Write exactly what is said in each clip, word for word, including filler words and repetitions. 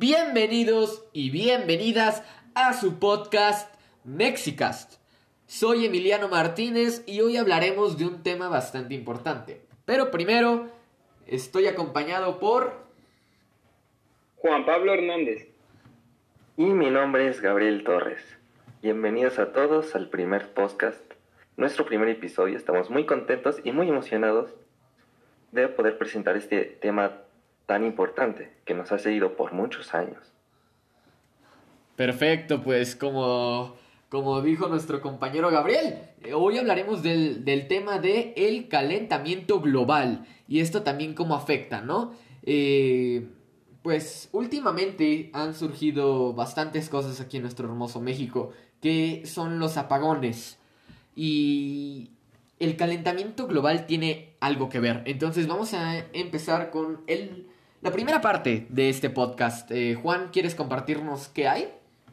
Bienvenidos y bienvenidas a su podcast Mexicast. Soy Emiliano Martínez y hoy hablaremos de un tema bastante importante. Pero primero, estoy acompañado por Juan Pablo Hernández. Y mi nombre es Gabriel Torres. Bienvenidos a todos al primer podcast, nuestro primer episodio. Estamos muy contentos y muy emocionados de poder presentar este tema tan importante que nos ha seguido por muchos años. Perfecto, pues como, como dijo nuestro compañero Gabriel, hoy hablaremos del, del tema de el calentamiento global y esto también cómo afecta, ¿no? Eh, pues últimamente han surgido bastantes cosas aquí en nuestro hermoso México, que son los apagones y el calentamiento global tiene algo que ver. Entonces vamos a empezar con el... La primera parte de este podcast. Eh, Juan, ¿quieres compartirnos qué hay?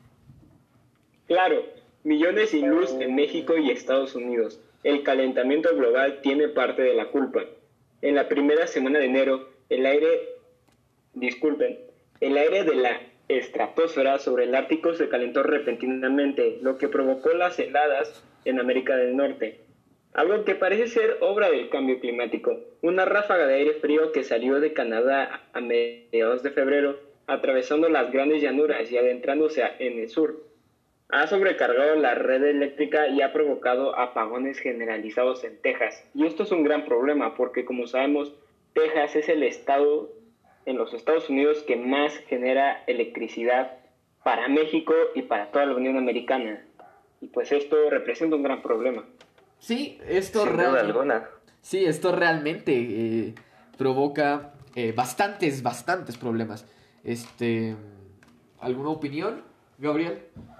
Claro, millones sin luz en México y Estados Unidos. El calentamiento global tiene parte de la culpa. En la primera semana de enero, el aire, disculpen, el aire de la estratosfera sobre el Ártico se calentó repentinamente, lo que provocó las heladas en América del Norte. Algo que parece ser obra del cambio climático. Una ráfaga de aire frío que salió de Canadá a mediados de febrero, atravesando las grandes llanuras y adentrándose en el sur. Ha sobrecargado la red eléctrica y ha provocado apagones generalizados en Texas. Y esto es un gran problema porque, como sabemos, Texas es el estado en los Estados Unidos que más genera electricidad para México y para toda la Unión Americana. Y pues esto representa un gran problema. Sí, esto Sin duda alguna. Sí, esto realmente eh, provoca eh, bastantes, bastantes problemas. Este, ¿alguna opinión, Gabriel?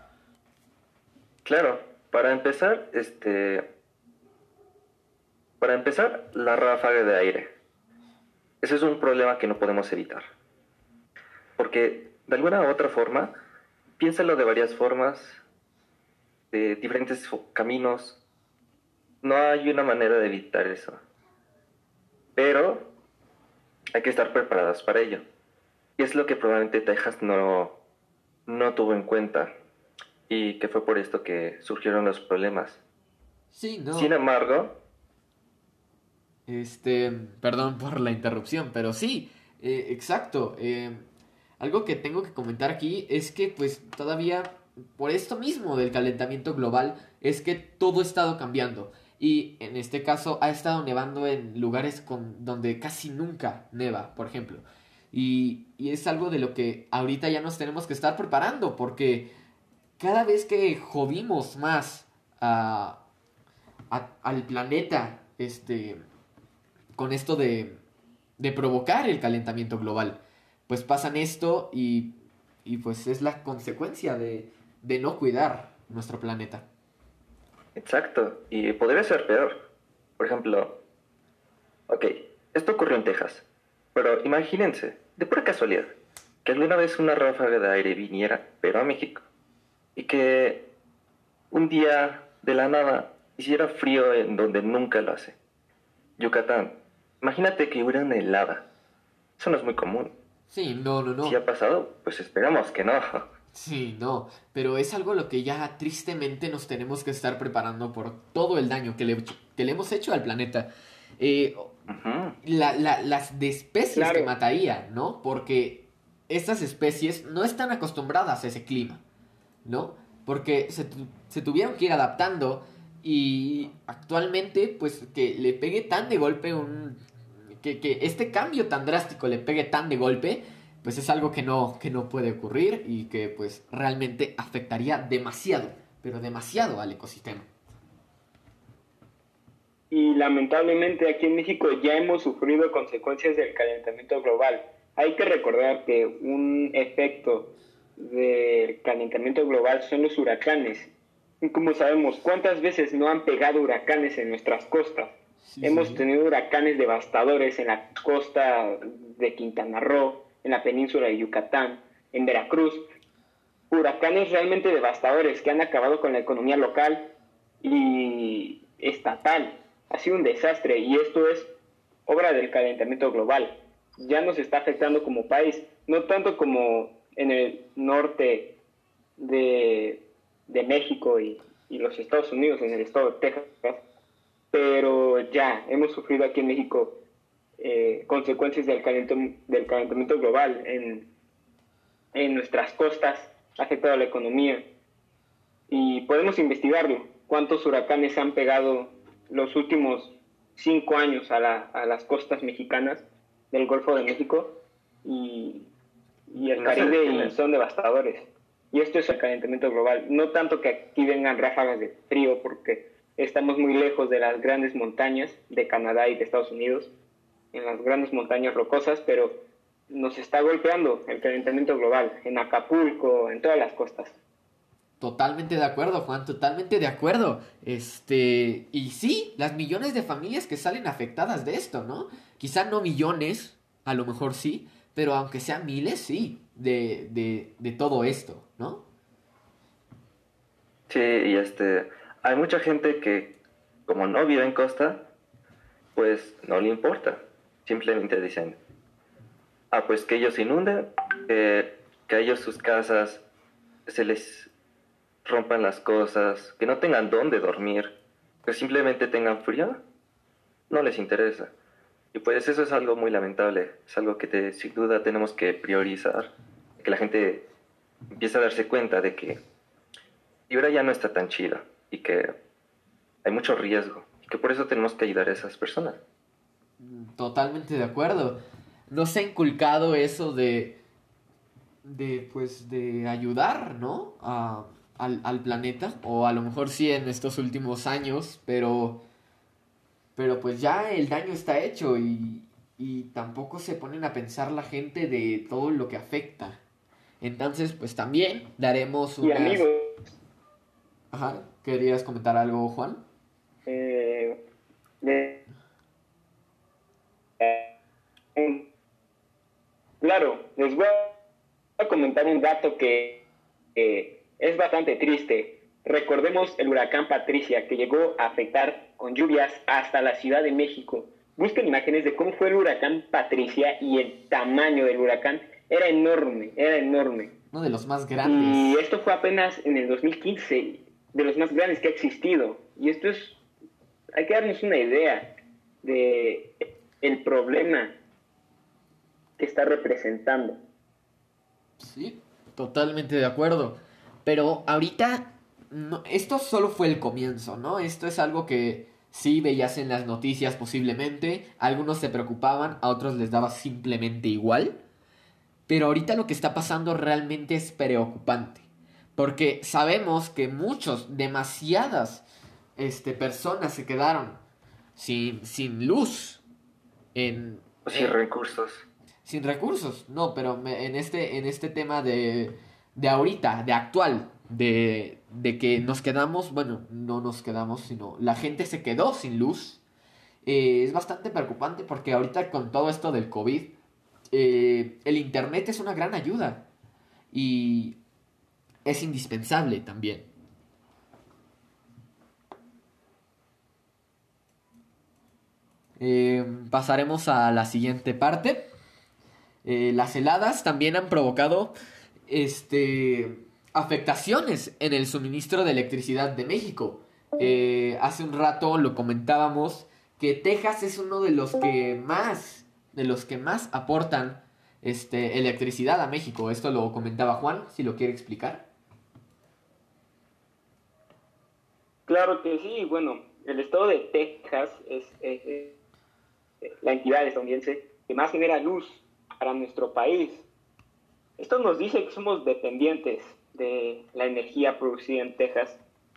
Claro, para empezar, este, para empezar, la ráfaga de aire. Ese es un problema que no podemos evitar. Porque de alguna u otra forma, piénsalo de varias formas, de diferentes caminos. No hay una manera de evitar eso. Pero hay que estar preparados para ello. Y es lo que probablemente Texas no, no tuvo en cuenta. Y que fue por esto que surgieron los problemas. Sí, no. Sin embargo... Este, perdón por la interrupción, pero sí, eh, exacto. Eh, algo que tengo que comentar aquí es que pues todavía, por esto mismo del calentamiento global, es que todo ha estado cambiando. Y en este caso ha estado nevando en lugares con, donde casi nunca neva, por ejemplo. Y, y es algo de lo que ahorita ya nos tenemos que estar preparando, porque cada vez que jodimos más a, a, al planeta, este, con esto de, de provocar el calentamiento global, pues pasan esto y, y pues es la consecuencia de, de no cuidar nuestro planeta. Exacto, y podría ser peor. Por ejemplo, ok, esto ocurrió en Texas, pero imagínense, de pura casualidad, que alguna vez una ráfaga de aire viniera, pero a México, y que un día de la nada hiciera frío en donde nunca lo hace. Yucatán, imagínate que hubiera una helada. Eso no es muy común. Sí, no, no, no. Si ha pasado, pues esperamos que no. Sí, no, pero es algo a lo que ya tristemente nos tenemos que estar preparando por todo el daño que le, que le hemos hecho al planeta. Eh, uh-huh. la, la, las de especies claro. que mataría, ¿no? Porque estas especies no están acostumbradas a ese clima, ¿no? Porque se, se tuvieron que ir adaptando y actualmente, pues, que le pegue tan de golpe un... Que, que este cambio tan drástico le pegue tan de golpe, pues es algo que no, que no puede ocurrir y que pues realmente afectaría demasiado, pero demasiado al ecosistema. Y lamentablemente aquí en México ya hemos sufrido consecuencias del calentamiento global. Hay que recordar que un efecto del calentamiento global son los huracanes. Y como sabemos, ¿cuántas veces no han pegado huracanes en nuestras costas? Sí, hemos sí. tenido huracanes devastadores en la costa de Quintana Roo, en la península de Yucatán, en Veracruz. Huracanes realmente devastadores que han acabado con la economía local y estatal. Ha sido un desastre y esto es obra del calentamiento global. Ya nos está afectando como país, no tanto como en el norte de, de México y, y los Estados Unidos, en el estado de Texas, pero ya hemos sufrido aquí en México eh, consecuencias del calentamiento, del calentamiento global en, en nuestras costas, ha afectado a la economía y podemos investigarlo. ¿Cuántos huracanes han pegado los últimos cinco años a, la, a las costas mexicanas del Golfo de México y, y el No se Caribe detiene. y son devastadores? Y esto es el calentamiento global. No tanto que aquí vengan ráfagas de frío, porque estamos muy lejos de las grandes montañas de Canadá y de Estados Unidos, en las grandes montañas rocosas, pero nos está golpeando el calentamiento global en Acapulco, en todas las costas. Totalmente de acuerdo, Juan, totalmente de acuerdo. Este, y sí, las millones de familias que salen afectadas de esto, ¿no? Quizá no millones, a lo mejor sí, pero aunque sean miles, sí, de, de, de todo esto, ¿no? Sí, y este, hay mucha gente que, como no vive en costa, pues no le importa. Simplemente dicen, ah, pues que ellos se inunden, que, que a ellos sus casas se les rompan las cosas, que no tengan dónde dormir, que simplemente tengan frío, no les interesa. Y pues eso es algo muy lamentable, es algo que te- sin duda tenemos que priorizar, que la gente empiece a darse cuenta de que Libra ya no está tan chida y que hay mucho riesgo, y que por eso tenemos que ayudar a esas personas. Totalmente de acuerdo. Nos ha inculcado eso de, de pues, de ayudar, ¿no? A, al, al planeta, o a lo mejor sí en estos últimos años, pero, pero pues ya el daño está hecho y, y tampoco se ponen a pensar la gente de todo lo que afecta. Entonces, pues también daremos Y unas... amigos, Ajá, ¿querías comentar algo, Juan? eh, de- eh, claro, les voy a comentar un dato que eh, es bastante triste. Recordemos el huracán Patricia, que llegó a afectar con lluvias hasta la Ciudad de México. Busquen imágenes de cómo fue el huracán Patricia y el tamaño del huracán era enorme, era enorme. Uno de los más Y grandes. esto fue apenas en el dos mil quince, de los más grandes que ha existido. Y esto es, hay que darnos una idea de el problema que está representando. Sí, totalmente de acuerdo. Pero ahorita, no, esto solo fue el comienzo, ¿no? Esto es algo que sí veías en las noticias posiblemente. A algunos se preocupaban, a otros les daba simplemente igual. Pero ahorita lo que está pasando realmente es preocupante. Porque sabemos que muchos, demasiadas este, personas se quedaron sin, sin luz. En, O sin eh, recursos. sin recursos, no, pero me- en este, en este tema de, de ahorita, de actual, de, de que nos quedamos, bueno, no nos quedamos, sino la gente se quedó sin luz, eh, es bastante preocupante porque ahorita con todo esto del COVID, eh, el internet es una gran ayuda y es indispensable también. Eh, pasaremos a la siguiente parte. Eh, las heladas también han provocado este, afectaciones en el suministro de electricidad de México. Eh, hace un rato lo comentábamos que Texas es uno de los que más, de los que más aportan este, electricidad a México. Esto lo comentaba Juan, si lo quiere explicar. Claro que sí, bueno, el estado de Texas es, es, es la entidad estadounidense que más genera luz para nuestro país. Esto nos dice que somos dependientes de la energía producida en Texas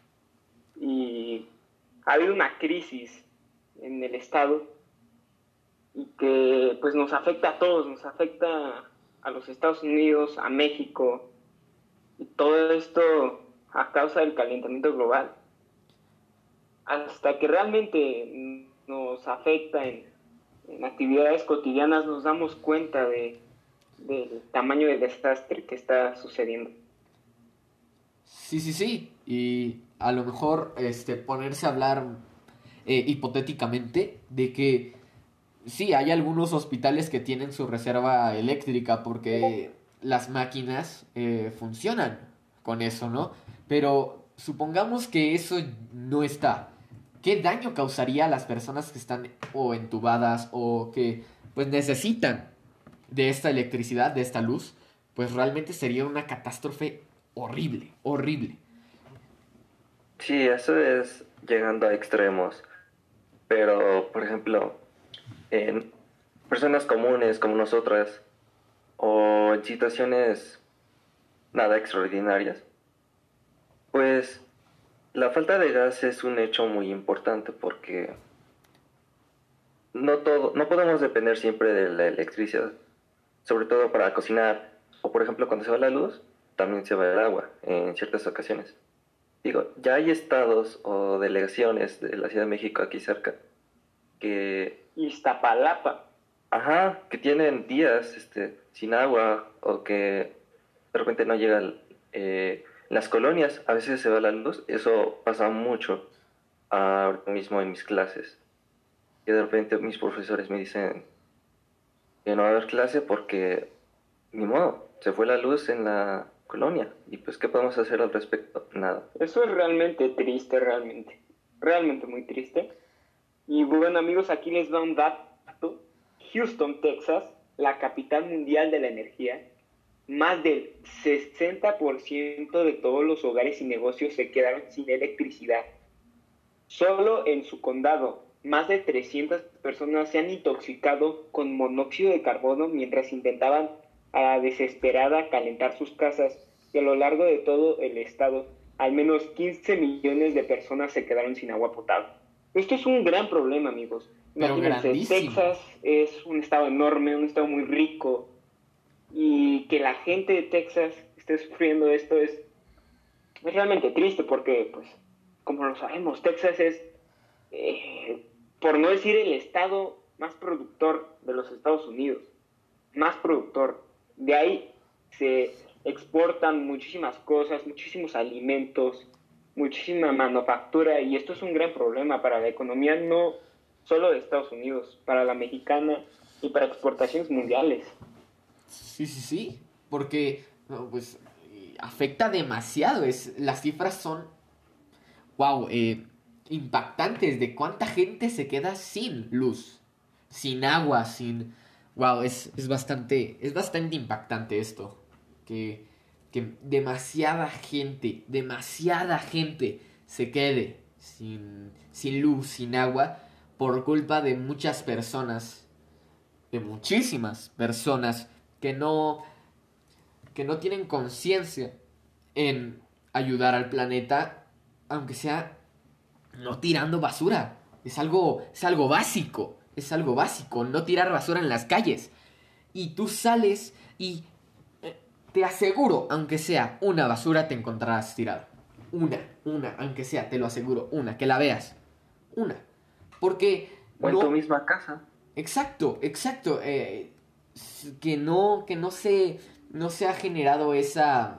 y ha habido una crisis en el estado y que pues nos afecta a todos, nos afecta a los Estados Unidos, a México, y todo esto a causa del calentamiento global. Hasta que realmente nos afecta en, en actividades cotidianas nos damos cuenta de, del tamaño del desastre que está sucediendo. Sí, sí, sí. Y a lo mejor este, ponerse a hablar eh, hipotéticamente de que sí, hay algunos hospitales que tienen su reserva eléctrica porque las máquinas eh, funcionan con eso, ¿no? Pero supongamos que eso no está. ¿Qué daño causaría a las personas que están o entubadas o que pues necesitan de esta electricidad, de esta luz? Pues realmente sería una catástrofe horrible, horrible. Sí, eso es llegando a extremos. Pero, por ejemplo, en personas comunes como nosotras o en situaciones nada extraordinarias, pues la falta de gas es un hecho muy importante porque no todo, no podemos depender siempre de la electricidad, sobre todo para cocinar o por ejemplo cuando se va la luz, también se va el agua en ciertas ocasiones. Digo, ya hay estados o delegaciones de la Ciudad de México aquí cerca que, Iztapalapa. ajá, que tienen días este, sin agua o que de repente no llegan eh, las colonias, a veces se va la luz, eso pasa mucho ahora mismo en mis clases. Y de repente mis profesores me dicen que no va a haber clase porque ni modo, se fue la luz en la colonia. Y pues, ¿qué podemos hacer al respecto? Nada. Eso es realmente triste, realmente. Realmente muy triste. Y bueno, amigos, aquí les va un dato. Houston, Texas, la capital mundial de la energía, más del sesenta por ciento de todos los hogares y negocios se quedaron sin electricidad. Solo en su condado, más de trescientas personas se han intoxicado con monóxido de carbono mientras intentaban a la desesperada calentar sus casas. Y a lo largo de todo el estado, al menos quince millones de personas se quedaron sin agua potable. Esto es un gran problema, amigos. Pero Imagínense, grandísimo. Texas es un estado enorme, un estado muy rico, y que la gente de Texas esté sufriendo esto es, es realmente triste porque, pues, como lo sabemos, Texas es, eh, por no decir el estado más productor de los Estados Unidos, más productor. De ahí se exportan muchísimas cosas, muchísimos alimentos, muchísima manufactura, y esto es un gran problema para la economía no solo de Estados Unidos, para la mexicana y para exportaciones mundiales. Sí, sí, sí. Porque, no, pues, eh, afecta demasiado. Es, las cifras son, wow, eh, impactantes de cuánta gente se queda sin luz, sin agua, sin... Wow, es, es bastante, es bastante impactante esto. Que, que demasiada gente, demasiada gente se quede sin, sin luz, sin agua, por culpa de muchas personas, de muchísimas personas que no, que no tienen conciencia en ayudar al planeta, aunque sea no tirando basura. Es algo, es algo básico, es algo básico, no tirar basura en las calles. Y tú sales y eh, te aseguro, aunque sea una basura, te encontrarás tirada. Una, una, aunque sea, te lo aseguro, una, que la veas. Una. Porque O en no... tu misma casa. Exacto, exacto. eh, que no, que no se, no se ha generado esa,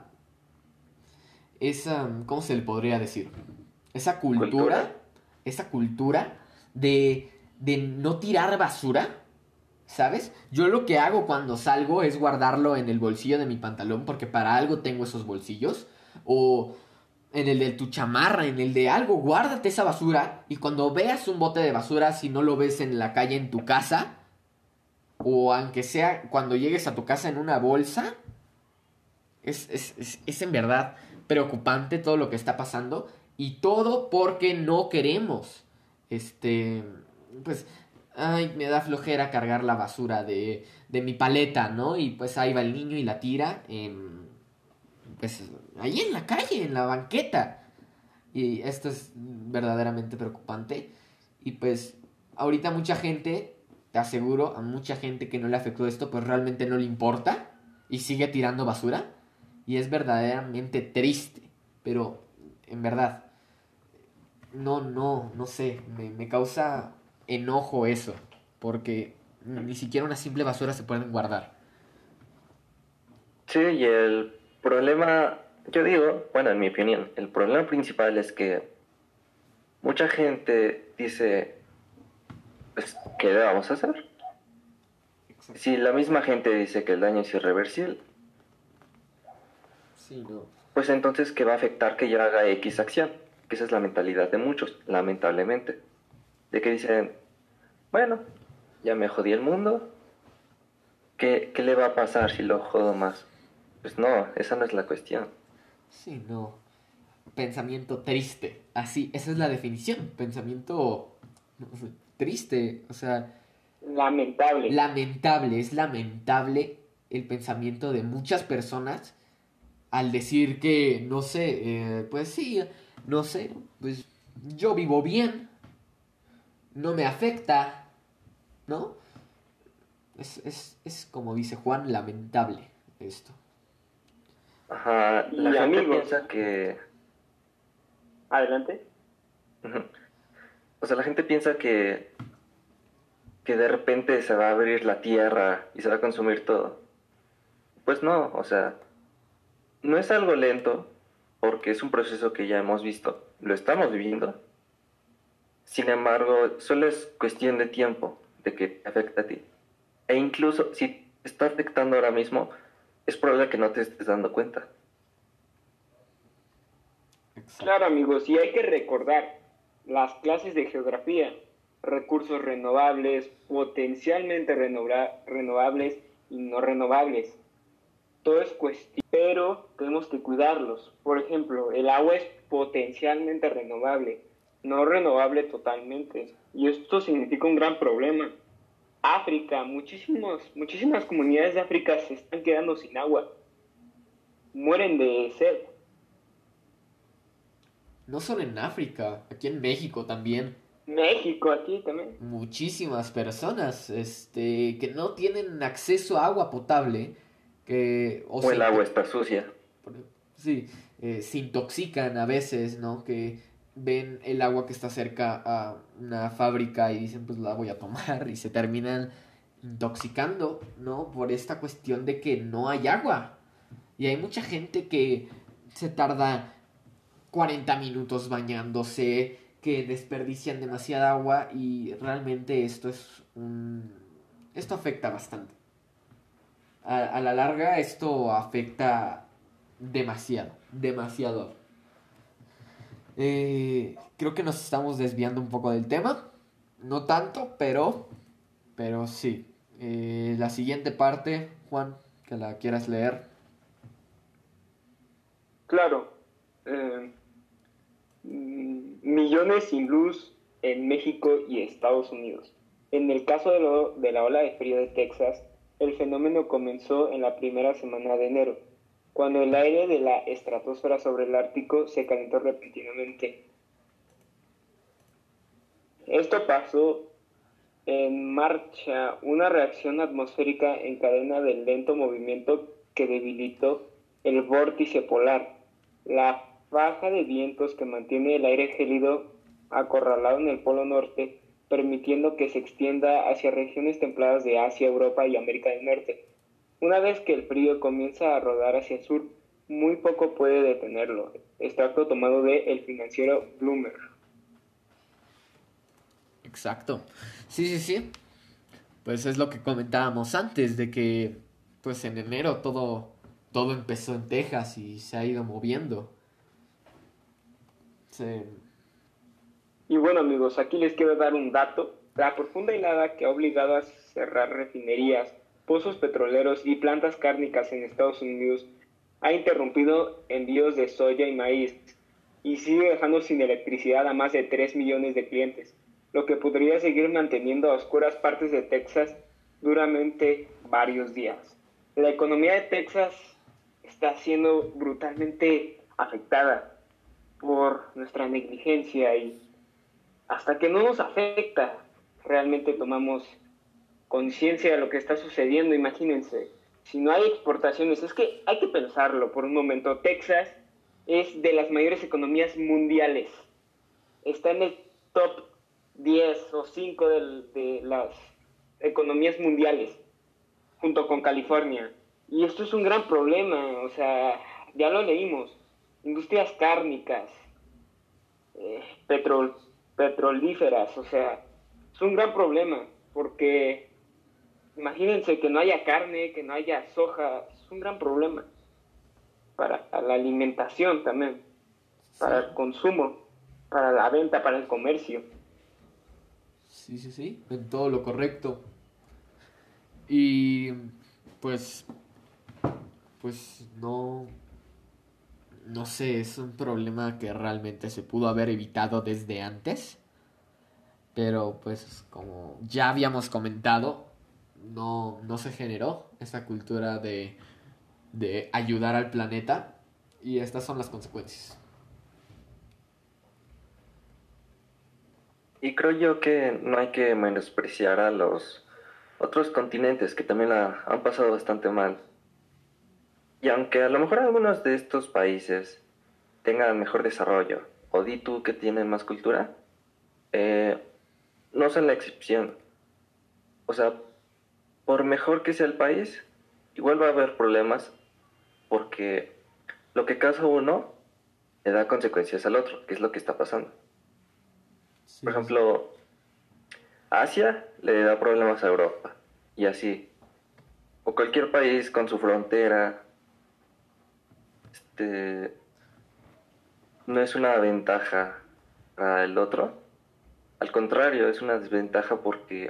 esa, ¿cómo se le podría decir? Esa cultura, Cultura. esa cultura de, de no tirar basura, ¿sabes? Yo lo que hago cuando salgo es guardarlo en el bolsillo de mi pantalón porque para algo tengo esos bolsillos, o en el de tu chamarra, en el de algo, guárdate esa basura y cuando veas un bote de basura, si no lo ves en la calle, en tu casa, o aunque sea cuando llegues a tu casa en una bolsa, es, es, es, es en verdad preocupante todo lo que está pasando. Y todo porque no queremos. Este. Pues. Ay, me da flojera cargar la basura de, de mi paleta, ¿no? Y pues ahí va el niño y la tira. En, pues ahí en la calle, en la banqueta. Y esto es verdaderamente preocupante. Y pues ahorita mucha gente, te aseguro, a mucha gente que no le afectó esto, pues realmente no le importa. Y sigue tirando basura. Y es verdaderamente triste. Pero, en verdad, no, no, no sé. Me, me causa enojo eso. Porque ni siquiera una simple basura se pueden guardar. Sí, y el problema, yo digo, bueno, en mi opinión, el problema principal es que mucha gente dice, pues, ¿qué le vamos a hacer? Exacto. Si la misma gente dice que el daño es irreversible, Sí, no. pues entonces, ¿qué va a afectar que yo haga X acción? Que esa es la mentalidad de muchos, lamentablemente. De que dicen, bueno, ya me jodí el mundo, ¿qué, qué le va a pasar si lo jodo más? Pues no, esa no es la cuestión. Sí, no. Pensamiento triste. Así, esa es la definición. Pensamiento no sé, triste. O sea, Lamentable. lamentable. Es lamentable el pensamiento de muchas personas al decir que, no sé, eh, pues sí, no sé, pues yo vivo bien, no me afecta, ¿no? Es, es, es como dice Juan, lamentable esto. Ajá, la Y gente amigos, piensa que... adelante. Ujú. O sea, la gente piensa que, que de repente se va a abrir la tierra y se va a consumir todo. Pues no, o sea, no es algo lento, porque es un proceso que ya hemos visto, lo estamos viviendo. Sin embargo, solo es cuestión de tiempo de que te afecte a ti. E incluso si te está afectando ahora mismo, es probable que no te estés dando cuenta. Exacto. Claro, amigos, y hay que recordar las clases de geografía, recursos renovables, potencialmente renova- renovables y no renovables. Todo es cuestión, pero tenemos que cuidarlos. Por ejemplo, el agua es potencialmente renovable, no renovable totalmente. Y esto significa un gran problema. África, muchísimos, muchísimas comunidades de África se están quedando sin agua. Mueren de sed. No solo en África, aquí en México también. México, aquí también. Muchísimas personas este, que no tienen acceso a agua potable, que o O se, el agua está sucia. sí, eh, se intoxican a veces, ¿no? Que ven el agua que está cerca a una fábrica y dicen, pues la voy a tomar y se terminan intoxicando, ¿no? Por esta cuestión de que no hay agua. Y hay mucha gente que se tarda cuarenta minutos bañándose, que desperdician demasiada agua y realmente esto es un... Esto afecta bastante. A, a la larga esto afecta demasiado, demasiado. Eh, creo que nos estamos desviando un poco del tema. No tanto, pero, pero sí. Eh, la siguiente parte, Juan, que la quieras leer. Claro, eh, mm, millones sin luz en México y Estados Unidos. En el caso de, lo, de la ola de frío de Texas, el fenómeno comenzó en la primera semana de enero, cuando el aire de la estratosfera sobre el Ártico se calentó repentinamente. Esto pasó en marcha una reacción atmosférica en cadena de lento movimiento que debilitó el vórtice polar, la faja de vientos que mantiene el aire gélido acorralado en el polo norte, permitiendo que se extienda hacia regiones templadas de Asia, Europa y América del Norte. Una vez que el frío comienza a rodar hacia el sur, muy poco puede detenerlo. Extracto tomado de El Financiero Bloomberg. Exacto. Sí, sí, sí. Pues es lo que comentábamos antes, de que pues en enero todo, todo empezó en Texas y se ha ido moviendo. Se... Y bueno amigos, aquí les quiero dar un dato. La profunda helada que ha obligado a cerrar refinerías, pozos petroleros y plantas cárnicas en Estados Unidos ha interrumpido envíos de soya y maíz y sigue dejando sin electricidad a más de tres millones de clientes, lo que podría seguir manteniendo a oscuras partes de Texas duramente varios días. La economía de Texas está siendo brutalmente afectada por nuestra negligencia y hasta que no nos afecta, realmente tomamos conciencia de lo que está sucediendo. Imagínense, si no hay exportaciones, es que hay que pensarlo por un momento. Texas es de las mayores economías mundiales. Está en el top diez o cinco de, de las economías mundiales, junto con California. Y esto es un gran problema, o sea, ya lo leímos. Industrias cárnicas, eh, petrol, petrolíferas, o sea, es un gran problema, porque imagínense que no haya carne, que no haya soja, es un gran problema. para la alimentación también, para el consumo, para la venta, para el comercio. Sí, sí, sí, en todo lo correcto. Y pues, pues no, no sé, es un problema que realmente se pudo haber evitado desde antes. Pero pues como ya habíamos comentado, no, no se generó esa cultura de, de ayudar al planeta. Y estas son las consecuencias. Y creo yo que no hay que menospreciar a los otros continentes que también la han pasado bastante mal. Y aunque a lo mejor algunos de estos países tengan mejor desarrollo, o di tú que tienen más cultura, eh, no son la excepción. O sea, por mejor que sea el país, igual va a haber problemas porque lo que causa uno le da consecuencias al otro, que es lo que está pasando. Sí, Por ejemplo, Asia le da problemas a Europa, y así. O cualquier país con su frontera, este, no es una ventaja para el otro. Al contrario, es una desventaja porque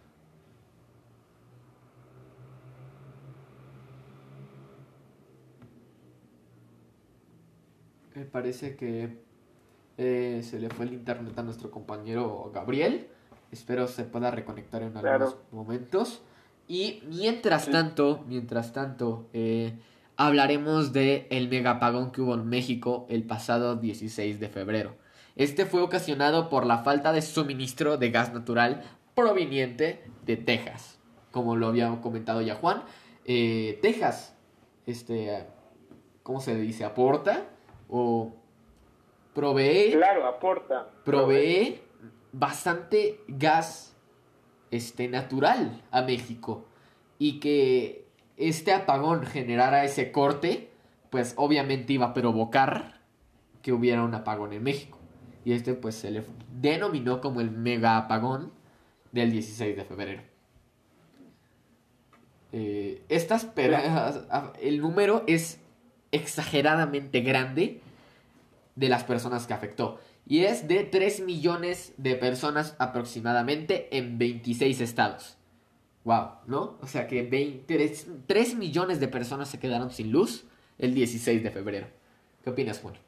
me parece que eh, se le fue el internet a nuestro compañero Gabriel. Espero se pueda reconectar en algunos Claro. momentos. Y mientras Sí. tanto, mientras tanto, eh, hablaremos de el megapagón que hubo en México el pasado dieciséis de febrero. Este fue ocasionado por la falta de suministro de gas natural proveniente de Texas. Como lo había comentado ya Juan, eh, Texas, este, ¿cómo se le dice? Aporta o provee, Claro, aporta. provee bastante gas este, natural a México. Y que este apagón generara ese corte, pues obviamente iba a provocar que hubiera un apagón en México. Y este pues se le denominó como el mega apagón del dieciséis de febrero. Eh, estas per- el número es exageradamente grande de las personas que afectó. Y es de tres millones de personas aproximadamente en veintiséis estados. Wow, ¿no? O sea que veinte, tres millones de personas se quedaron sin luz el dieciséis de febrero. ¿Qué opinas, Juan?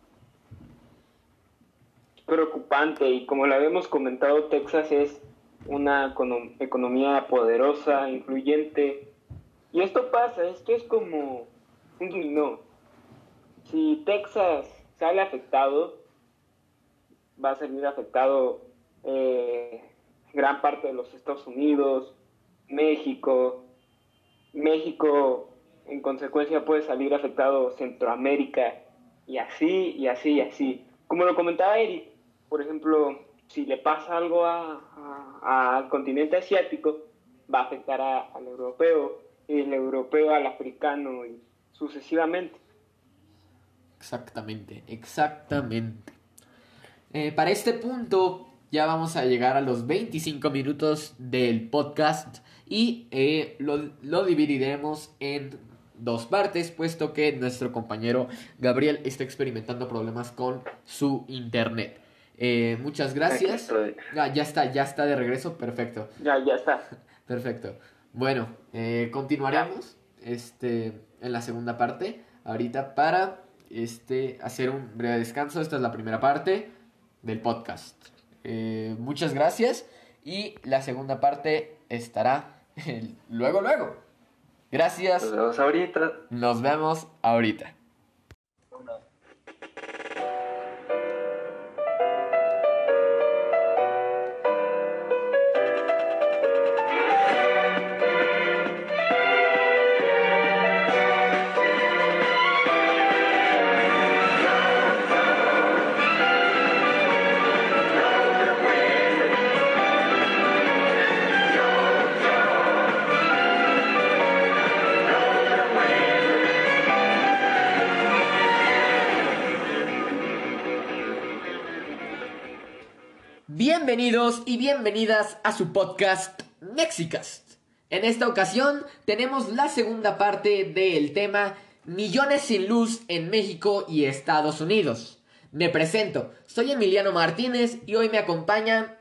Preocupante, y como lo habíamos comentado, Texas es una econom- economía poderosa, influyente, y esto pasa, esto es como un dominó. Si Texas sale afectado, va a salir afectado eh, gran parte de los Estados Unidos, México, México en consecuencia puede salir afectado Centroamérica, y así, y así, y así. Como lo comentaba Eric, por ejemplo, si le pasa algo a, a, al continente asiático, va a afectar a, al europeo, y el europeo al africano, y sucesivamente. Exactamente, exactamente. Eh, para este punto ya vamos a llegar a los veinticinco minutos del podcast y eh, lo, lo dividiremos en dos partes, puesto que nuestro compañero Gabriel está experimentando problemas con su internet. Eh, muchas aquí gracias. estoy. Ah, ya está, ya está de regreso, perfecto. Ya, ya está. Perfecto. Bueno, eh, continuaremos este, en la segunda parte ahorita para este, hacer un breve descanso. Esta es la primera parte del podcast. Eh, muchas gracias y la segunda parte estará el- luego, luego. Nos Gracias. vemos ahorita. Nos vemos ahorita. Bienvenidos y bienvenidas a su podcast Mexicast. En esta ocasión tenemos la segunda parte del tema millones sin luz en México y Estados Unidos. Me presento, soy Emiliano Martínez y hoy me acompaña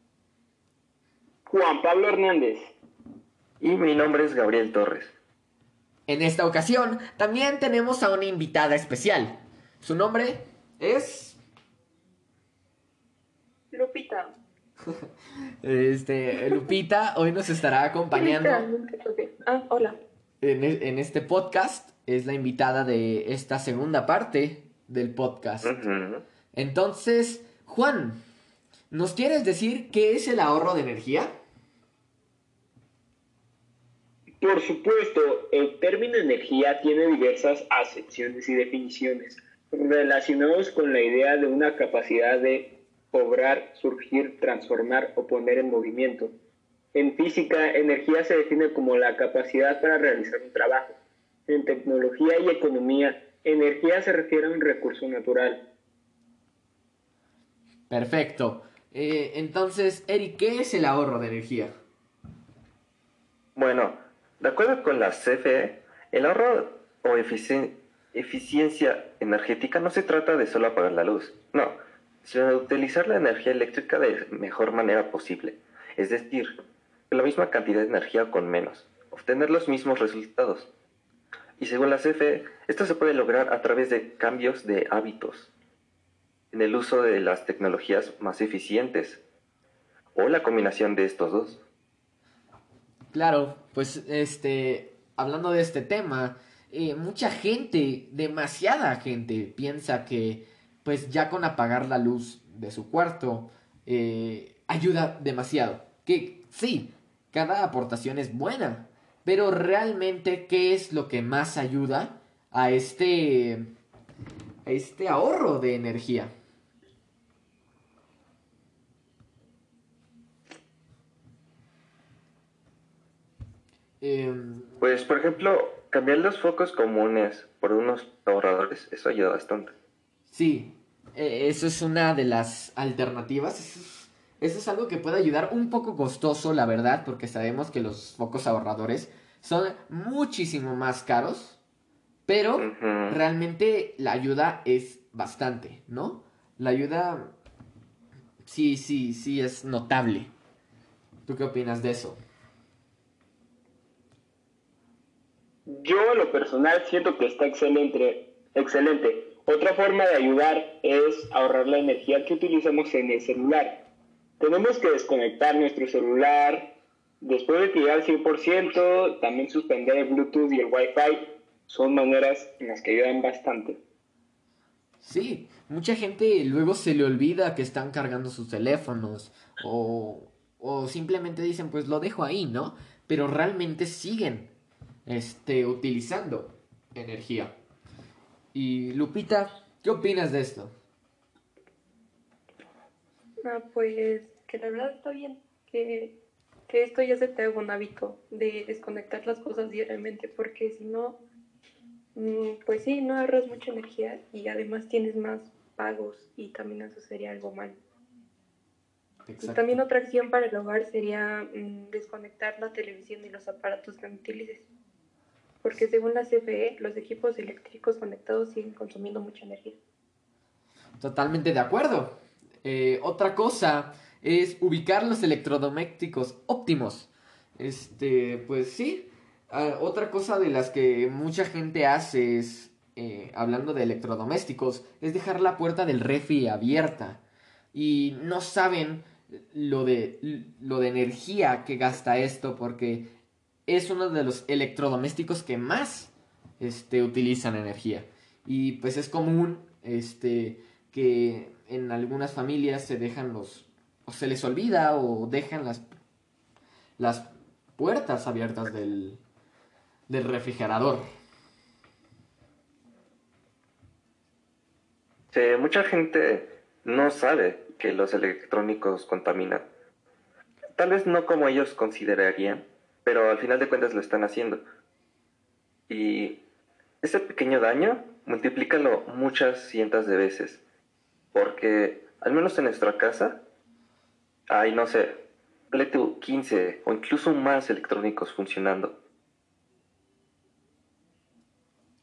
Juan Pablo Hernández. Y mi nombre es Gabriel Torres. En esta ocasión también tenemos a una invitada especial. Su nombre es... Lupita. Este, Lupita hoy nos estará acompañando Okay. Ah, hola. en, en este podcast. Es la invitada de esta segunda parte del podcast. Uh-huh. Entonces, Juan, ¿nos quieres decir qué es el ahorro de energía? Por supuesto, el término energía tiene diversas acepciones y definiciones relacionados con la idea de una capacidad de obrar, surgir, transformar o poner en movimiento. En física, energía se define como la capacidad para realizar un trabajo. En tecnología y economía, energía se refiere a un recurso natural. Perfecto. Eh, entonces, Eric, ¿qué es el ahorro de energía? Bueno, de acuerdo con la C F E, el ahorro o efici- eficiencia energética no se trata de solo apagar la luz, no, sino de utilizar la energía eléctrica de mejor manera posible, es decir, con la misma cantidad de energía o con menos, obtener los mismos resultados. Y según la C F E, esto se puede lograr a través de cambios de hábitos, en el uso de las tecnologías más eficientes, o la combinación de estos dos. Claro, pues este, hablando de este tema, eh, mucha gente, demasiada gente, piensa que pues ya con apagar la luz de su cuarto eh, ayuda demasiado. Que sí, cada aportación es buena, pero realmente, ¿qué es lo que más ayuda a este, a este ahorro de energía? Eh, Pues, por ejemplo, cambiar los focos comunes por unos ahorradores, eso ayuda bastante. sí, eh, eso es una de las alternativas. Eso es, eso es algo que puede ayudar, un poco costoso, la verdad, porque sabemos que los focos ahorradores son muchísimo más caros, pero Ujú. realmente la ayuda es bastante, ¿no? La ayuda, sí, sí, sí, es notable. ¿Tú qué opinas de eso? Yo, a lo personal, siento que está excelente. excelente. Otra forma de ayudar es ahorrar la energía que utilizamos en el celular. Tenemos que desconectar nuestro celular. Después de que llegue al cien por ciento, también suspender el Bluetooth y el Wi-Fi. Son maneras en las que ayudan bastante. Sí, mucha gente luego se le olvida que están cargando sus teléfonos o, o simplemente dicen pues lo dejo ahí, ¿no? Pero realmente siguen este, utilizando energía. Y Lupita, ¿qué opinas de esto? Ah, pues que la verdad está bien, que, que esto ya se te haga un hábito de desconectar las cosas diariamente, porque si no, mm, pues sí, no ahorras mucha energía y además tienes más pagos y también eso sería algo malo. Y Exacto. también otra acción para el hogar sería mm, desconectar la televisión y los aparatos que no utilices, porque según la C F E, los equipos eléctricos conectados siguen consumiendo mucha energía. Totalmente de acuerdo. Eh, otra cosa es ubicar los electrodomésticos óptimos. Este, pues sí. Ah, otra cosa de las que mucha gente hace es, eh, hablando de electrodomésticos, es dejar la puerta del refri abierta. Y no saben lo de, lo de energía que gasta esto porque es uno de los electrodomésticos que más este, utilizan energía. Y pues es común este, que en algunas familias se dejan los... o se les olvida o dejan las, las puertas abiertas del, del refrigerador. Sí, mucha gente no sabe que los electrónicos contaminan. Tal vez no como ellos considerarían, pero al final de cuentas lo están haciendo. Y ese pequeño daño, multiplícalo muchas cientos de veces. Porque, al menos en nuestra casa, hay, no sé, ponle tú quince o incluso más electrónicos funcionando.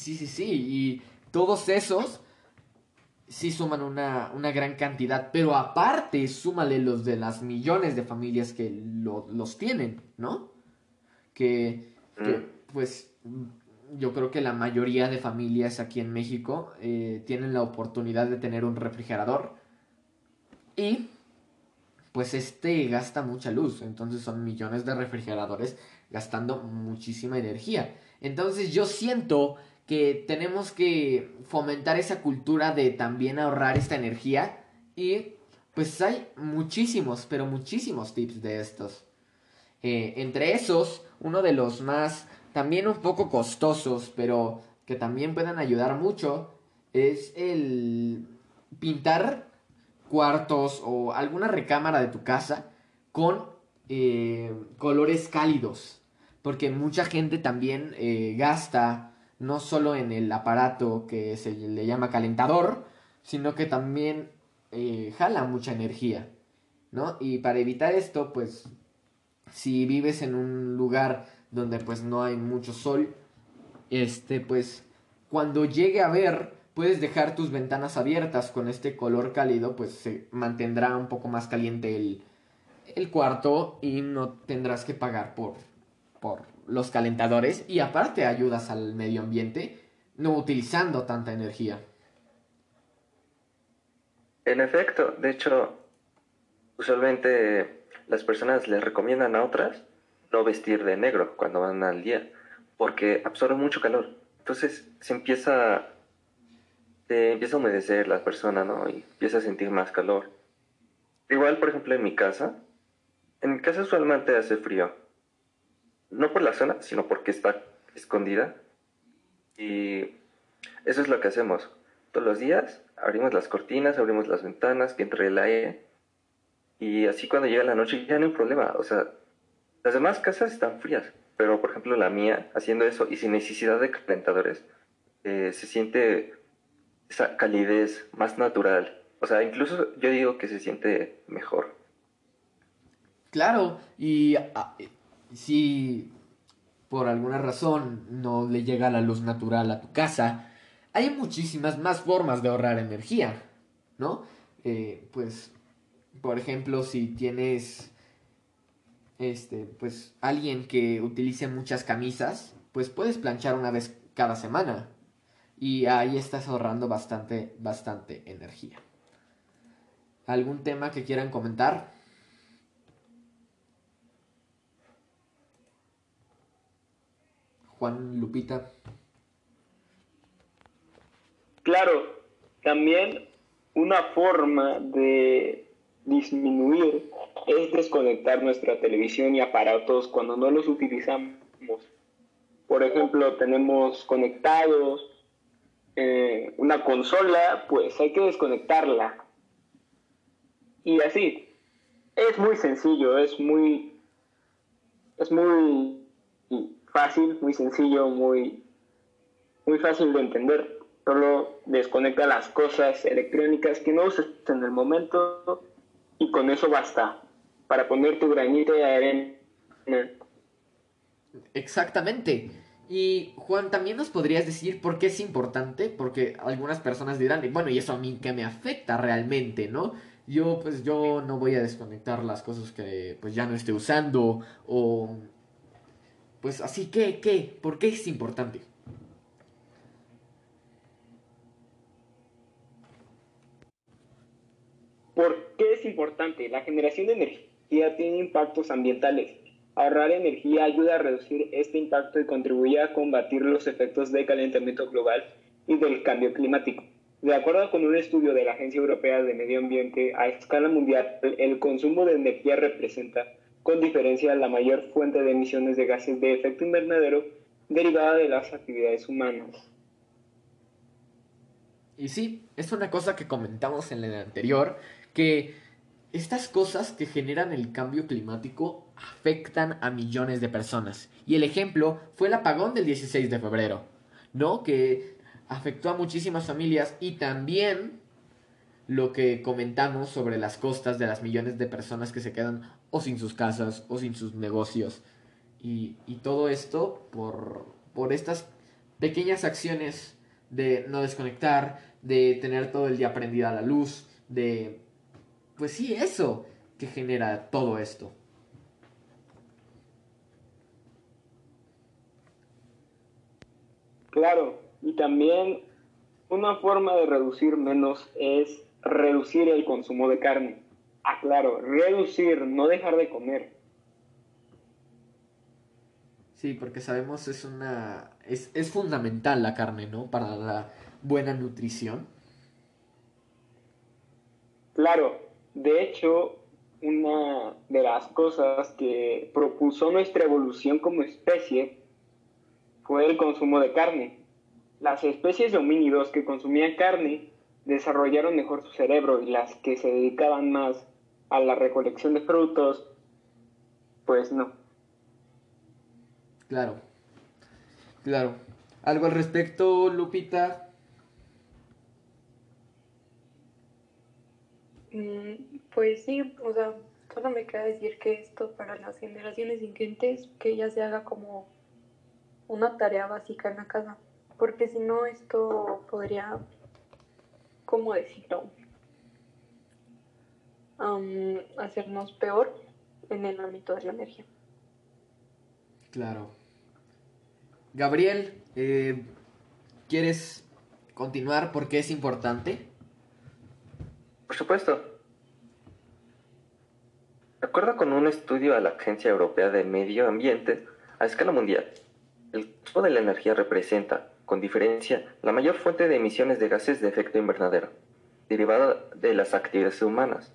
Sí, sí, sí. Y todos esos sí suman una, una gran cantidad. Pero aparte, súmale los de las millones de familias que lo- los tienen, ¿no? Que, que, Mm. pues, yo creo que la mayoría de familias aquí en México eh, tienen la oportunidad de tener un refrigerador. Y pues este gasta mucha luz, entonces son millones de refrigeradores gastando muchísima energía. Entonces yo siento que tenemos que fomentar esa cultura de también ahorrar esta energía y pues hay muchísimos, pero muchísimos tips de estos. Eh, entre esos, uno de los más también un poco costosos, pero que también pueden ayudar mucho, es el pintar cuartos o alguna recámara de tu casa con eh, colores cálidos. Porque mucha gente también eh, gasta no solo en el aparato que se le llama calentador, sino que también eh, jala mucha energía, ¿no? Y para evitar esto, pues si vives en un lugar donde pues no hay mucho sol, este pues cuando llegue a ver puedes dejar tus ventanas abiertas con este color cálido, pues se mantendrá un poco más caliente el, el cuarto y no tendrás que pagar por, por los calentadores y aparte ayudas al medio ambiente no utilizando tanta energía. En efecto, de hecho, usualmente las personas les recomiendan a otras no vestir de negro cuando van al día, porque absorbe mucho calor. Entonces se empieza, se empieza a humedecer la persona, ¿no? Y empieza a sentir más calor. Igual, por ejemplo, en mi casa, en mi casa usualmente hace frío. No por la zona, sino porque está escondida. Y eso es lo que hacemos. Todos los días abrimos las cortinas, abrimos las ventanas, que entre el aire. Y así cuando llega la noche ya no hay problema. O sea, las demás casas están frías. Pero, por ejemplo, la mía, haciendo eso y sin necesidad de calentadores, eh, se siente esa calidez más natural. O sea, incluso yo digo que se siente mejor. Claro, y ah, eh, si por alguna razón no le llega la luz natural a tu casa, hay muchísimas más formas de ahorrar energía, ¿no? Eh, pues, por ejemplo, si tienes, este, pues, alguien que utilice muchas camisas, pues puedes planchar una vez cada semana y ahí estás ahorrando bastante, bastante energía. ¿Algún tema que quieran comentar? Juan, Lupita. Claro, también una forma de disminuir es desconectar nuestra televisión y aparatos cuando no los utilizamos. Por ejemplo, tenemos conectados eh, una consola, pues hay que desconectarla. Y así, es muy sencillo, es muy, es muy fácil, muy sencillo, muy, muy fácil de entender. Solo desconecta las cosas electrónicas que no uses en el momento y con eso basta para poner tu granito de arena. Exactamente. Y Juan, también nos podrías decir por qué es importante, porque algunas personas dirán, bueno, ¿y eso a mí qué me afecta realmente, no? Yo, pues yo no voy a desconectar las cosas que pues ya no esté usando, o pues así, ¿qué? ¿Qué? ¿Por qué es importante? ¿Por qué es importante? La generación de energía tiene impactos ambientales. Ahorrar energía ayuda a reducir este impacto y contribuye a combatir los efectos de calentamiento global y del cambio climático. De acuerdo con un estudio de la Agencia Europea de Medio Ambiente, a escala mundial, el consumo de energía representa, con diferencia, la mayor fuente de emisiones de gases de efecto invernadero derivada de las actividades humanas. Y sí, es una cosa que comentamos en el anterior, que estas cosas que generan el cambio climático afectan a millones de personas. Y el ejemplo fue el apagón del dieciséis de febrero, ¿no? Que afectó a muchísimas familias y también lo que comentamos sobre las costas de las millones de personas que se quedan o sin sus casas o sin sus negocios. Y, y todo esto por, por estas pequeñas acciones de no desconectar, de tener todo el día prendida la luz, de... Pues sí, eso que genera todo esto. Claro, y también una forma de reducir menos es reducir el consumo de carne. Ah, claro, reducir, no dejar de comer. Sí, porque sabemos es una... Es, es fundamental la carne, ¿no? Para la buena nutrición. Claro, de hecho, una de las cosas que propuso nuestra evolución como especie fue el consumo de carne. Las especies de homínidos que consumían carne desarrollaron mejor su cerebro y las que se dedicaban más a la recolección de frutos, pues no. Claro, claro. ¿Algo al respecto, Lupita? Mm, pues sí, o sea, solo me queda decir que esto para las generaciones siguientes, que ya se haga como una tarea básica en la casa, porque si no esto podría, ¿cómo decirlo? Am, hacernos peor en el ámbito de la energía. Claro. Gabriel, eh, ¿quieres continuar porque es importante? Por supuesto. De acuerdo con un estudio de la Agencia Europea de Medio Ambiente, a escala mundial, el consumo de la energía representa, con diferencia, la mayor fuente de emisiones de gases de efecto invernadero, derivada de las actividades humanas.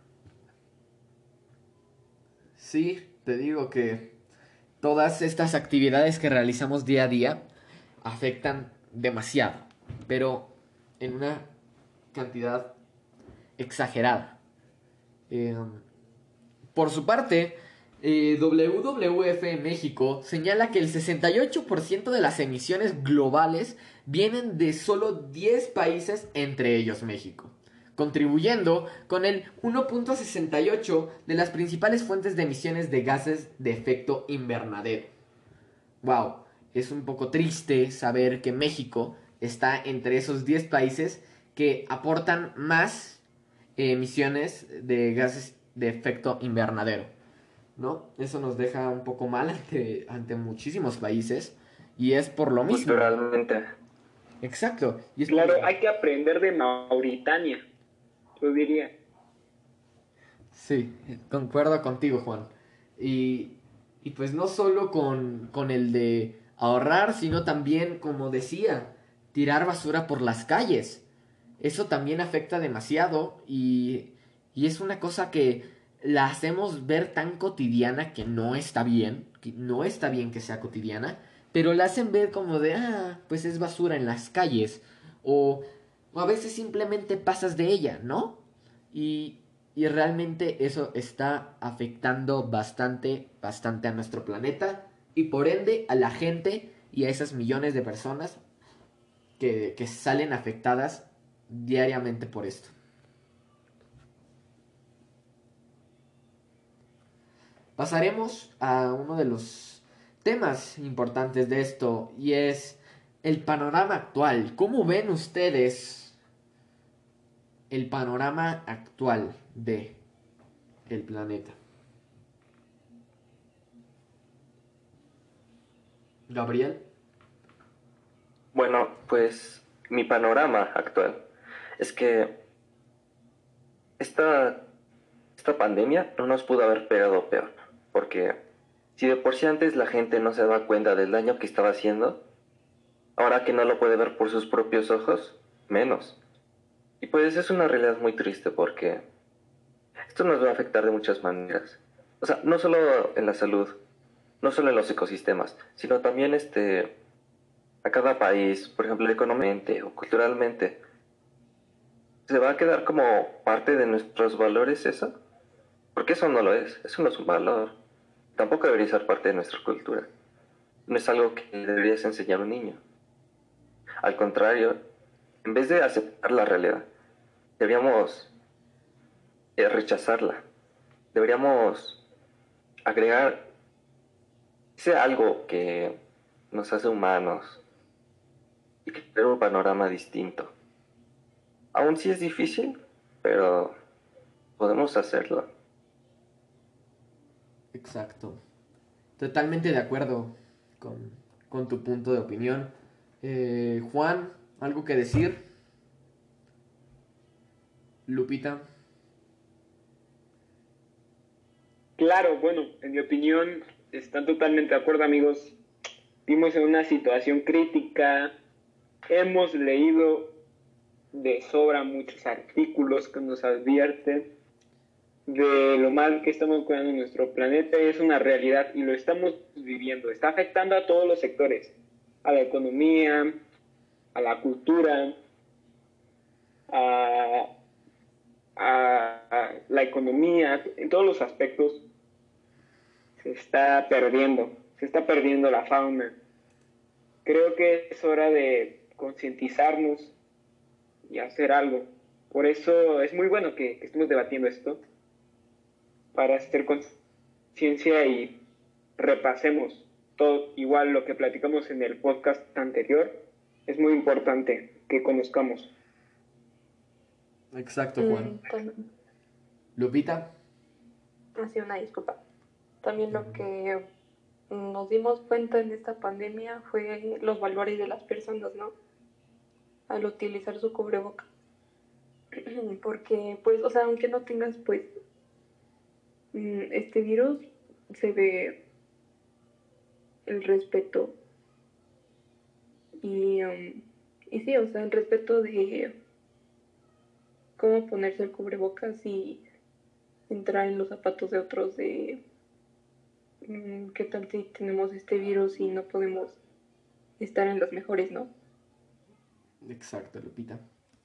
Sí, te digo que todas estas actividades que realizamos día a día afectan demasiado, pero en una cantidad exagerada. Eh, por su parte, eh, W W F México señala que el sesenta y ocho por ciento de las emisiones globales vienen de solo diez países, entre ellos México, contribuyendo con el uno punto sesenta y ocho de las principales fuentes de emisiones de gases de efecto invernadero. Wow, es un poco triste saber que México está entre esos diez países que aportan más emisiones de gases de efecto invernadero, ¿no? Eso nos deja un poco mal ante, ante muchísimos países y es por lo mismo. Culturalmente. Exacto. Y es Claro, por... hay que aprender de Mauritania, yo diría. Sí, concuerdo contigo, Juan. Y, y pues no solo con, con el de ahorrar, sino también, como decía, tirar basura por las calles. Eso también afecta demasiado y, y es una cosa que la hacemos ver tan cotidiana que no está bien, que no está bien que sea cotidiana, pero la hacen ver como de, ah, pues es basura en las calles, o, o a veces simplemente pasas de ella, ¿no? Y, y realmente eso está afectando bastante, bastante a nuestro planeta y por ende a la gente y a esas millones de personas que, que salen afectadas diariamente por esto. Pasaremos a uno de los temas importantes de esto y es el panorama actual. ¿Cómo ven ustedes el panorama actual de el planeta? Gabriel. Bueno, pues mi panorama actual es que esta, esta pandemia no nos pudo haber pegado peor, porque si de por sí antes la gente no se daba cuenta del daño que estaba haciendo, ahora que no lo puede ver por sus propios ojos, menos. Y pues es una realidad muy triste porque esto nos va a afectar de muchas maneras. O sea, no solo en la salud, no solo en los ecosistemas, sino también este, a cada país, por ejemplo, económicamente o culturalmente. ¿Se va a quedar como parte de nuestros valores eso? Porque eso no lo es, eso no es un valor. Tampoco debería ser parte de nuestra cultura. No es algo que deberías enseñar a un niño. Al contrario, en vez de aceptar la realidad, deberíamos eh, rechazarla. Deberíamos agregar ese algo que nos hace humanos, y crear un panorama distinto. Aún sí es difícil, pero podemos hacerlo. Exacto. Totalmente de acuerdo con, con tu punto de opinión. Eh, Juan, ¿algo que decir? Lupita. Claro, bueno, en mi opinión, están totalmente de acuerdo, amigos. Vimos en una situación crítica, hemos leído de sobra muchos artículos que nos advierten de lo mal que estamos cuidando nuestro planeta. Es una realidad y lo estamos viviendo. Está afectando a todos los sectores, a la economía, a la cultura, a, a, a la economía, en todos los aspectos. Se está perdiendo, se está perdiendo la fauna. Creo que es hora de concientizarnos y hacer algo. Por eso es muy bueno que, que estemos debatiendo esto, para hacer conciencia y repasemos todo, igual lo que platicamos en el podcast anterior. Es muy importante que conozcamos. Exacto, Juan. Mm, Lupita. Así una disculpa. También lo que nos dimos cuenta en esta pandemia fue los valores de las personas, ¿no? Al utilizar su cubreboca. Porque, pues, o sea, aunque no tengas, pues, este virus, se ve el respeto. Y, um, y sí, o sea, el respeto de cómo ponerse el cubrebocas y entrar en los zapatos de otros, de qué tal si tenemos este virus y no podemos estar en los mejores, ¿no? Exacto, Lupita.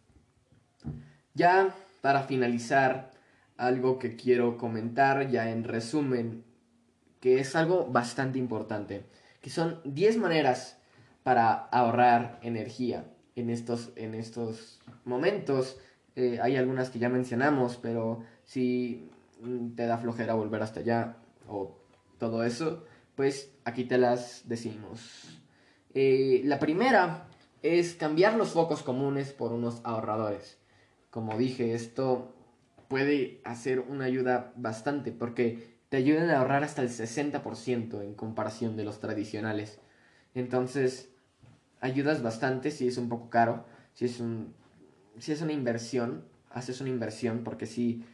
Ya para finalizar, algo que quiero comentar ya en resumen, que es algo bastante importante, que son diez maneras para ahorrar energía en estos, en estos momentos. Eh, hay algunas que ya mencionamos, pero si te da flojera volver hasta allá o todo eso, pues aquí te las decimos. Eh, la primera es cambiar los focos comunes por unos ahorradores. Como dije, esto puede hacer una ayuda bastante porque te ayudan a ahorrar hasta el sesenta por ciento en comparación de los tradicionales. Entonces, ayudas bastante si es un poco caro, si es, un, si es una inversión, haces una inversión porque si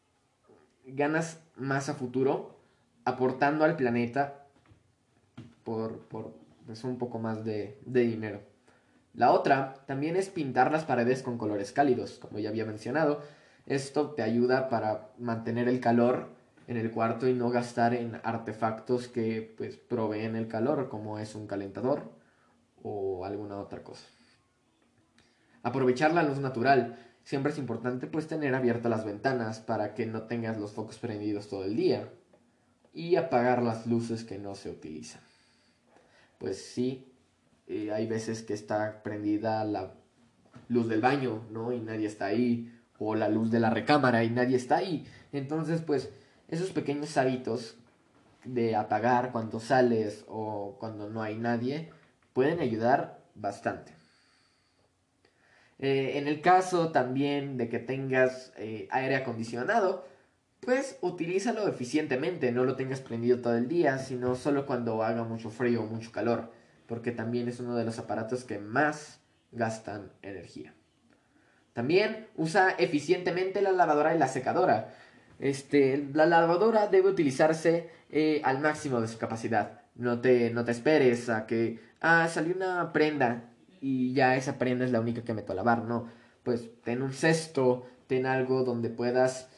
ganas más a futuro aportando al planeta por, por pues, un poco más de, de dinero. La otra también es pintar las paredes con colores cálidos, como ya había mencionado. Esto te ayuda para mantener el calor en el cuarto y no gastar en artefactos que pues proveen el calor, como es un calentador o alguna otra cosa. Aprovechar la luz natural. Siempre es importante pues tener abiertas las ventanas para que no tengas los focos prendidos todo el día. Y apagar las luces que no se utilizan. Pues sí, eh, hay veces que está prendida la luz del baño, ¿no? Y nadie está ahí. O la luz de la recámara y nadie está ahí. Entonces, pues, esos pequeños hábitos de apagar cuando sales o cuando no hay nadie pueden ayudar bastante. Eh, en el caso también de que tengas eh, aire acondicionado, pues utilízalo eficientemente, no lo tengas prendido todo el día, sino solo cuando haga mucho frío o mucho calor, porque también es uno de los aparatos que más gastan energía. También usa eficientemente la lavadora y la secadora. Este, la lavadora debe utilizarse eh, al máximo de su capacidad. No te, no te esperes a que, ah, salió una prenda y ya esa prenda es la única que meto a lavar. No, pues ten un cesto, ten algo donde puedas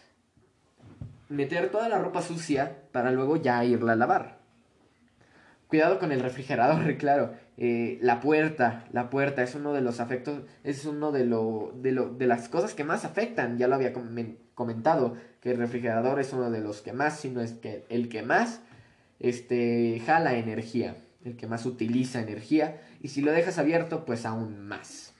meter toda la ropa sucia para luego ya irla a lavar. Cuidado con el refrigerador, claro. Eh, la puerta, la puerta es uno de los afectos, es uno de, lo, de, lo, de las cosas que más afectan. Ya lo había comentado, que el refrigerador es uno de los que más, si no es que el que más este, jala energía, el que más utiliza energía. Y si lo dejas abierto, pues aún más.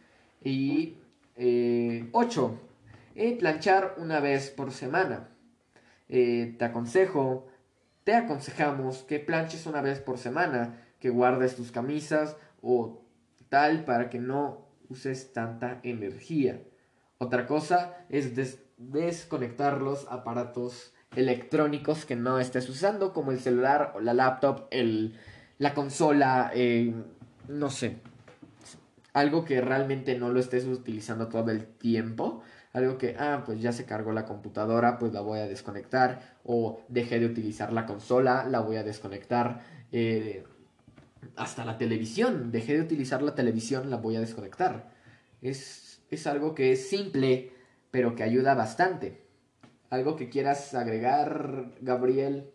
Y eh, ocho. Eh, planchar una vez por semana. Eh, te aconsejo, te aconsejamos que planches una vez por semana, que guardes tus camisas o tal para que no uses tanta energía. Otra cosa es des- desconectar los aparatos electrónicos que no estés usando, como el celular o la laptop, el, la consola, eh, no sé, algo que realmente no lo estés utilizando todo el tiempo. Algo que, ah, pues ya se cargó la computadora, pues la voy a desconectar. O dejé de utilizar la consola, la voy a desconectar. Eh, hasta la televisión, dejé de utilizar la televisión, la voy a desconectar. Es, es algo que es simple, pero que ayuda bastante. ¿Algo que quieras agregar, Gabriel?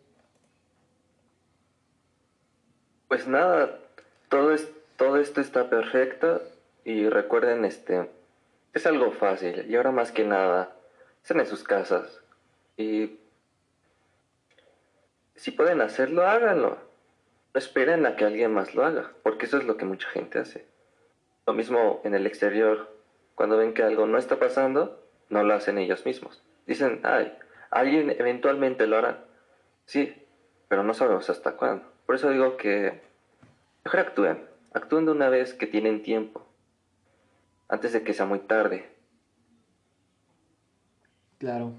Pues nada, todo, es, todo esto está perfecto y recuerden, este, es algo fácil y ahora más que nada, estén en sus casas y si pueden hacerlo, háganlo. No esperen a que alguien más lo haga, porque eso es lo que mucha gente hace. Lo mismo en el exterior, cuando ven que algo no está pasando, no lo hacen ellos mismos. Dicen, ay, alguien eventualmente lo hará. Sí, pero no sabemos hasta cuándo. Por eso digo que mejor actúen. Actúen de una vez que tienen tiempo, antes de que sea muy tarde. Claro.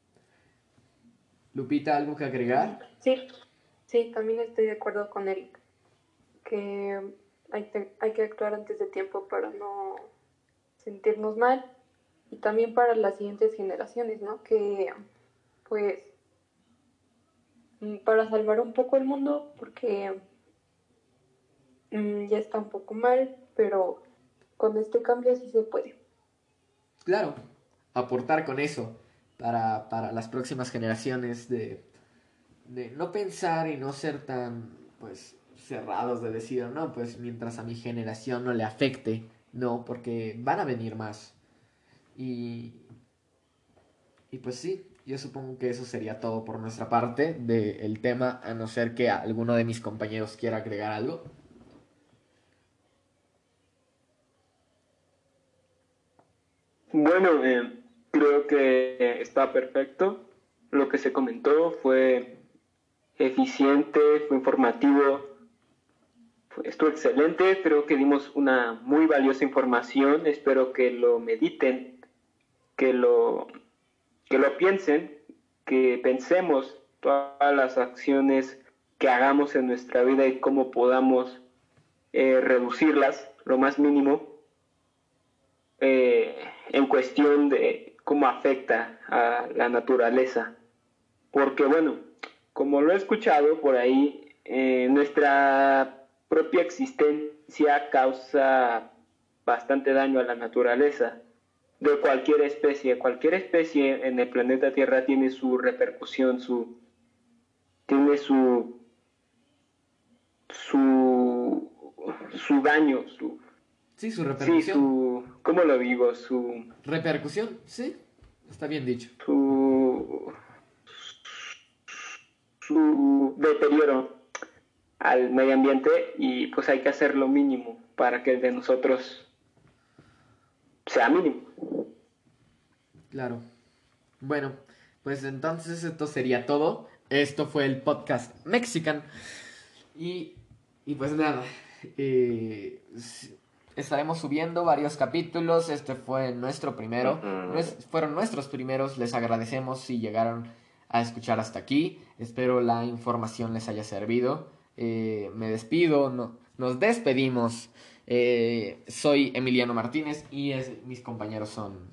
Lupita, ¿algo que agregar? Sí, sí, también estoy de acuerdo con Eric, que hay, te- hay que actuar antes de tiempo para no sentirnos mal y también para las siguientes generaciones, ¿no? Que pues mm, para salvar un poco el mundo, porque mm, ya está un poco mal, pero con este cambio sí se puede. Claro, aportar con eso para, para las próximas generaciones de, de no pensar y no ser tan, pues, cerrados de decir, no, pues mientras a mi generación no le afecte, no, porque van a venir más. Y, y pues sí, yo supongo que eso sería todo por nuestra parte del tema, a no ser que alguno de mis compañeros quiera agregar algo. Bueno, eh, creo que eh, está perfecto. Lo que se comentó fue eficiente, fue informativo, fue- estuvo excelente. Creo que dimos una muy valiosa información. Espero que lo mediten, que lo, que lo piensen, que pensemos todas las acciones que hagamos en nuestra vida y cómo podamos eh, reducirlas lo más mínimo eh, en cuestión de cómo afecta a la naturaleza. Porque bueno, como lo he escuchado por ahí, eh, nuestra propia existencia causa bastante daño a la naturaleza de cualquier especie. Cualquier especie en el planeta Tierra tiene su repercusión, su, tiene su, su, su daño, su, Sí, su sí, repercusión. su, ¿cómo lo digo? Su, Repercusión, sí, está bien dicho. su, su deterioro al medio ambiente y pues hay que hacer lo mínimo para que el de nosotros sea mínimo. Claro. Bueno, pues entonces esto sería todo. Esto fue el podcast Mexican. Y, y pues nada, eh, s- estaremos subiendo varios capítulos. Este fue nuestro primero. Ujú. Nues- fueron nuestros primeros. Les agradecemos si llegaron a escuchar hasta aquí. Espero la información les haya servido. Eh, me despido, no- nos despedimos. Eh, soy Emiliano Martínez y es- mis compañeros son...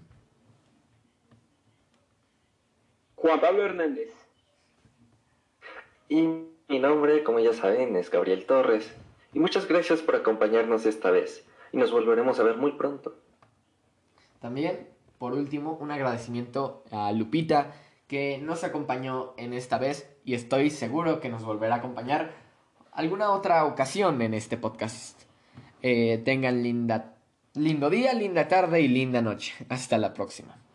Juan Pablo Hernández. Y mi nombre, como ya saben, es Gabriel Torres. Y muchas gracias por acompañarnos esta vez. Y nos volveremos a ver muy pronto. También, por último, un agradecimiento a Lupita que nos acompañó en esta vez y estoy seguro que nos volverá a acompañar alguna otra ocasión en este podcast. Eh, tengan linda, lindo día, linda tarde y linda noche. Hasta la próxima.